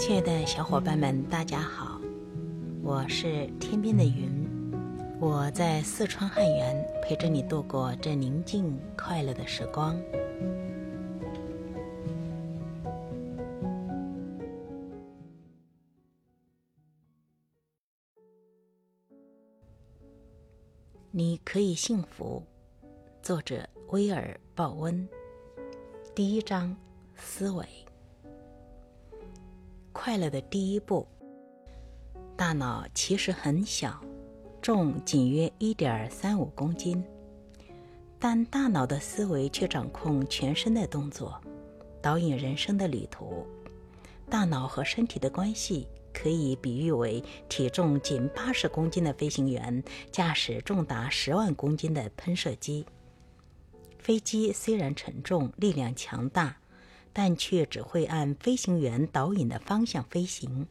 亲爱的小伙伴们，大家好，我是天边的云，我在四川汉源陪着你度过这宁静快乐的时光。你可以幸福，作者威尔·鲍温。第一章，思维。快乐的第一步。大脑其实很小，重仅约 1.35 公斤，但大脑的思维却掌控全身的动作，导引人生的旅途。大脑和身体的关系可以比喻为体重仅80公斤的飞行员驾驶重达10万公斤的喷射机。飞机虽然沉重，力量强大，但却只会按飞行员导引的方向飞行。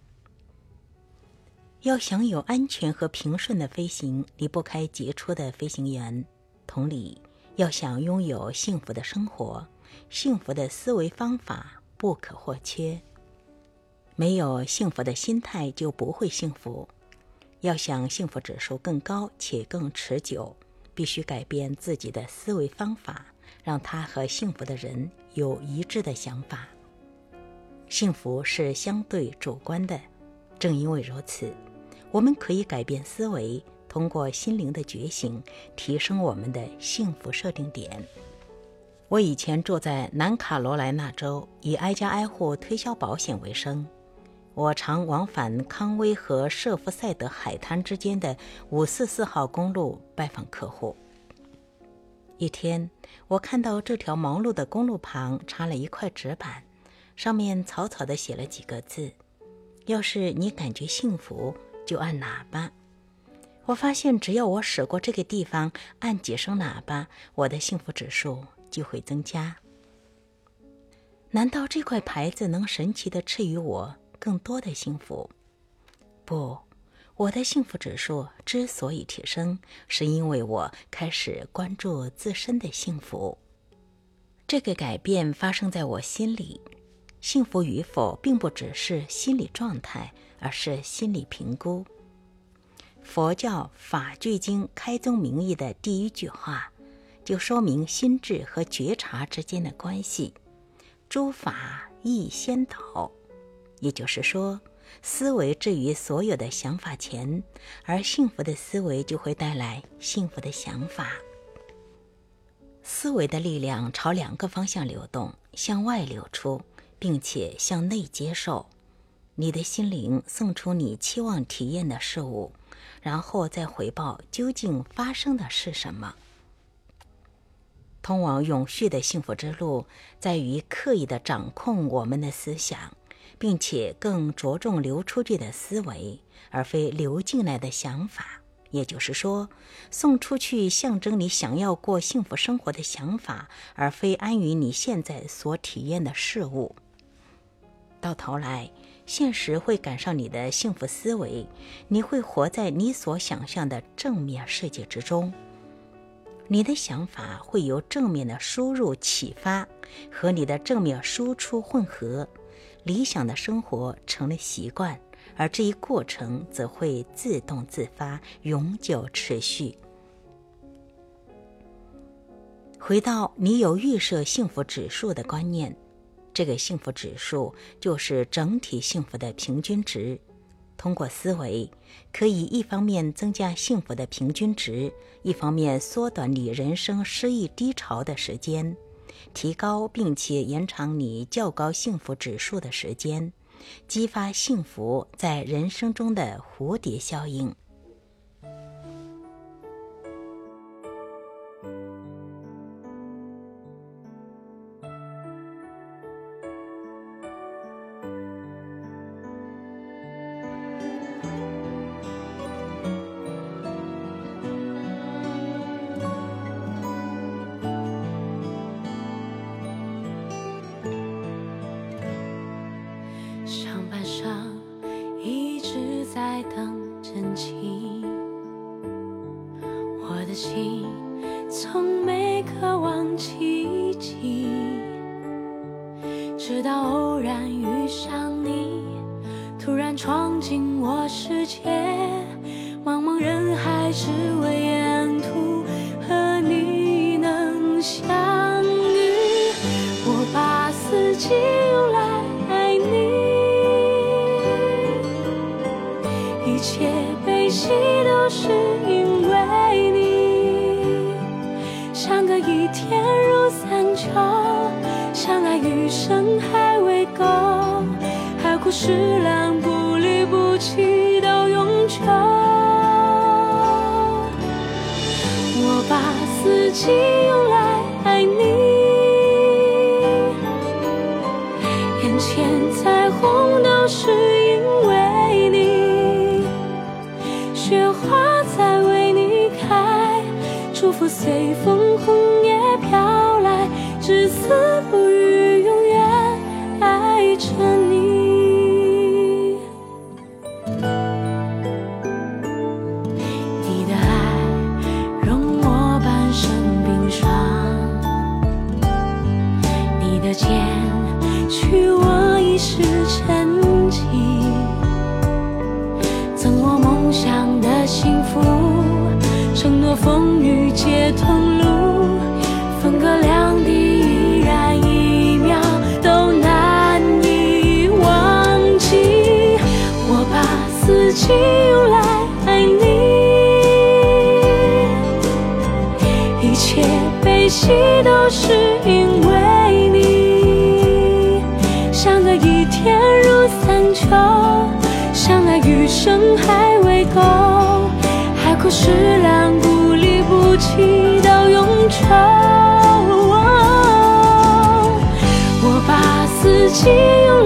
要享有安全和平顺的飞行，离不开杰出的飞行员。同理，要想拥有幸福的生活，幸福的思维方法不可或缺。没有幸福的心态，就不会幸福。要想幸福指数更高且更持久，必须改变自己的思维方法，让他和幸福的人有一致的想法。幸福是相对主观的，正因为如此，我们可以改变思维，通过心灵的觉醒，提升我们的幸福设定点。我以前住在南卡罗来纳州，以挨家挨户推销保险为生。我常往返康威和舍夫赛德海滩之间的544号公路拜访客户。一天，我看到这条忙碌的公路旁插了一块纸板，上面草草地写了几个字：要是你感觉幸福，就按喇叭。我发现只要我驶过这个地方，按几声喇叭，我的幸福指数就会增加。难道这块牌子能神奇地赐予我更多的幸福？不，我的幸福指数之所以提升，是因为我开始关注自身的幸福。这个改变发生在我心里。幸福与否并不只是心理状态，而是心理评估。佛教法句经开宗明义的第一句话，就说明心智和觉察之间的关系。诸法亦先导，也就是说，思维置于所有的想法前，而幸福的思维就会带来幸福的想法。思维的力量朝2个方向流动，向外流出，并且向内接受。你的心灵送出你期望体验的事物，然后再回报究竟发生的是什么。通往永续的幸福之路，在于刻意地掌控我们的思想，并且更着重流出去的思维，而非流进来的想法。也就是说，送出去象征你想要过幸福生活的想法，而非安于你现在所体验的事物。到头来，现实会赶上你的幸福思维，你会活在你所想象的正面世界之中。你的想法会由正面的输入启发，和你的正面输出混合，理想的生活成了习惯，而这一过程则会自动自发，永久持续。回到你有预设幸福指数的观念，这个幸福指数就是整体幸福的平均值。通过思维，可以一方面增加幸福的平均值，一方面缩短你人生失意低潮的时间，提高并且延长你较高幸福指数的时间，激发幸福在人生中的蝴蝶效应。 上半生一直在等真情，我的心从没渴望奇迹，直到偶然遇上你， 突然闯进我世界，茫茫人海只为沿途和你能相遇。我把四季用来爱你，一切悲喜都是因为你，相隔一天如三秋，相爱余生还未够，海枯石烂不离不弃到永久。我把四季用来爱你，眼前彩虹都是因为你，雪花在为你开，祝福随风红叶飘来，至死不渝永远爱着你。你的爱容我半生冰霜，你的剑取我一世沉寂，赠我梦想的幸福，承诺风雨皆同路，分隔两地依然一秒都难以忘记。我把四季用来爱你，一切悲喜都是因为你，相隔一天如三秋，相爱余生还未够，海枯石烂不离不弃到永久。我把四季用